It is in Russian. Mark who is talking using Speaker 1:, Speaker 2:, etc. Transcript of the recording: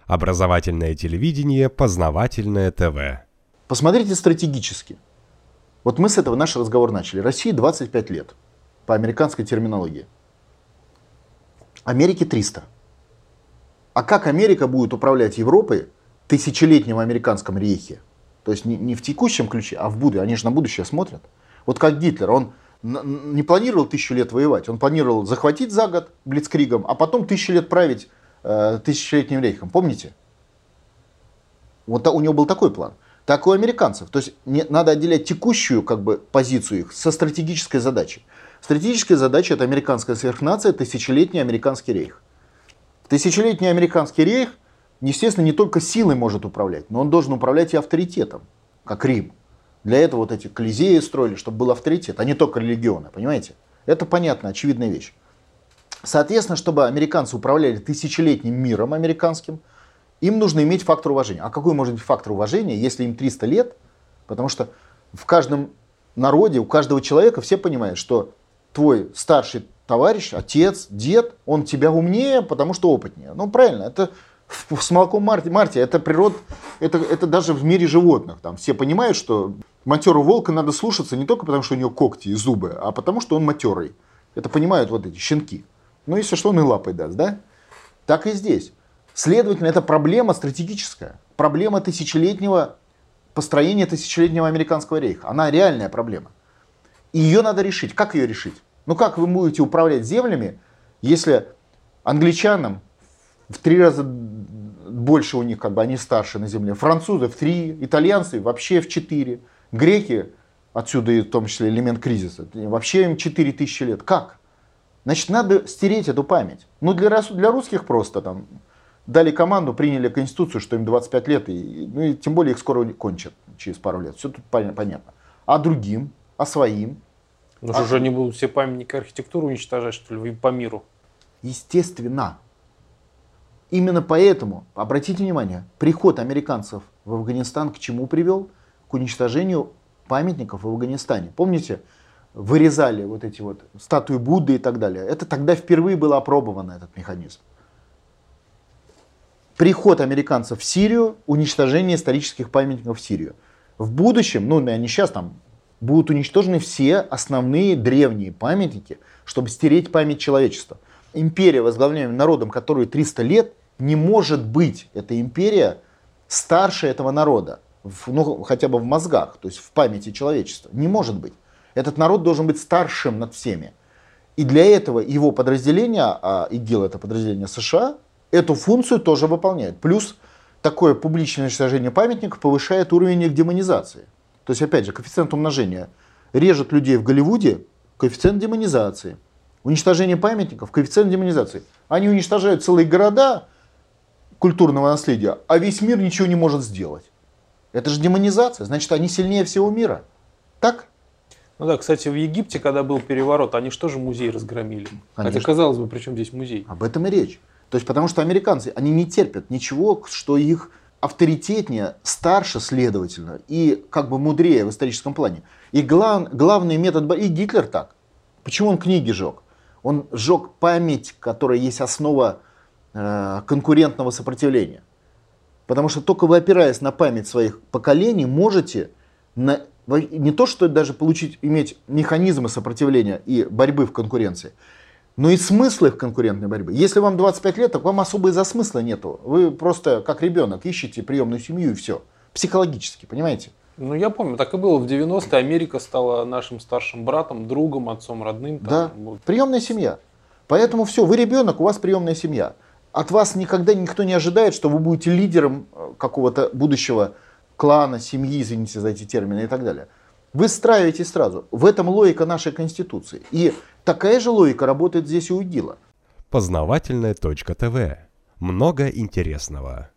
Speaker 1: Образовательное телевидение, познавательное ТВ.
Speaker 2: Посмотрите стратегически. Вот мы с этого наш разговор начали. России 25 лет по американской терминологии. Америке 300. А как Америка будет управлять Европой в тысячелетнем американском рейхе? То есть не в текущем ключе, а в будущем. Они же на будущее смотрят. Вот как Гитлер, он не планировал 1000 лет воевать. Он планировал захватить за год блицкригом, а потом 1000 лет править тысячелетним рейхом. Помните? Вот у него был такой план. Так и у американцев. То есть надо отделять текущую позицию их со стратегической задачей. Стратегическая задача — это американская сверхнация, тысячелетний американский рейх. Тысячелетний американский рейх, естественно, не только силой может управлять, но он должен управлять и авторитетом, как Рим. Для этого вот эти колизеи строили, чтобы был авторитет, а не только религионы, понимаете? Это понятно, очевидная вещь. Соответственно, чтобы американцы управляли тысячелетним миром американским, им нужно иметь фактор уважения. А какой может быть фактор уважения, если им 300 лет? Потому что в каждом народе, у каждого человека все понимают, что твой старший товарищ, отец, дед, он тебя умнее, потому что опытнее. Ну правильно, это с молоком Марти, это природа, это даже в мире животных. Там все понимают, что матерого волка надо слушаться не только потому, что у него когти и зубы, а потому, что он матерый. Это понимают вот эти щенки. Ну если что, он и лапой даст, да? Так и здесь. Следовательно, это проблема стратегическая. Проблема тысячелетнего построения тысячелетнего американского рейха. Она реальная проблема. И ее надо решить. Как ее решить? Ну как вы будете управлять землями, если англичанам в 3 раза больше у них, они старше на земле, французы в 3, итальянцы вообще в 4, греки, отсюда и в том числе элемент кризиса, вообще им 4000 лет. Как? Значит, надо стереть эту память. Ну для русских просто там дали команду, приняли конституцию, что им 25 лет, и тем более их скоро кончат через пару лет. Все тут понятно. А другим, а своим?
Speaker 3: Ну что же они будут все памятники архитектуры уничтожать, что ли, по миру?
Speaker 2: Естественно. Именно поэтому, обратите внимание, приход американцев в Афганистан к чему привел? К уничтожению памятников в Афганистане. Помните, вырезали вот эти вот статуи Будды и так далее. Это тогда впервые было опробовано, этот механизм. Приход американцев в Сирию, уничтожение исторических памятников в Сирию. В будущем, они сейчас там, будут уничтожены все основные древние памятники, чтобы стереть память человечества. Империя, возглавляемая народом, которой 300 лет, не может быть, эта империя, старше этого народа. Хотя бы в мозгах, то есть в памяти человечества. Не может быть. Этот народ должен быть старшим над всеми. И для этого его подразделение, а ИГИЛ это подразделение США, эту функцию тоже выполняет. Плюс такое публичное уничтожение памятников повышает уровень их демонизации. То есть, опять же, коэффициент умножения режет людей в Голливуде, коэффициент демонизации. Уничтожение памятников, коэффициент демонизации. Они уничтожают целые города культурного наследия, а весь мир ничего не может сделать. Это же демонизация, значит, они сильнее всего мира. Так?
Speaker 3: Ну да, кстати, в Египте, когда был переворот, они же тоже музей разгромили.
Speaker 2: Конечно.
Speaker 3: Хотя, казалось бы, при чем здесь музей?
Speaker 2: Об этом и речь. То есть, потому что американцы, они не терпят ничего, что их авторитетнее, старше, следовательно, и мудрее в историческом плане. И главный метод борьбы, и Гитлер так. Почему он книги жег? Он сжег память, которая есть основа конкурентного сопротивления. Потому что только вы, опираясь на память своих поколений, можете не то, что даже иметь механизмы сопротивления и борьбы в конкуренции, но и смыслы в конкурентной борьбе. Если вам 25 лет, так вам особо из-за смысла нету. Вы просто, как ребенок, ищете приемную семью и все. Психологически, понимаете?
Speaker 3: Ну, я помню, так и было. В 90-е Америка стала нашим старшим братом, другом, отцом родным.
Speaker 2: Да, приемная семья. Поэтому все, вы ребенок, у вас приемная семья. От вас никогда никто не ожидает, что вы будете лидером какого-то будущего клана, семьи, извините за эти термины и так далее. Вы встраиваетесь сразу. В этом логика нашей Конституции. И такая же логика работает здесь и у ИГИЛа.
Speaker 1: Познавательная точка ТВ. Много интересного.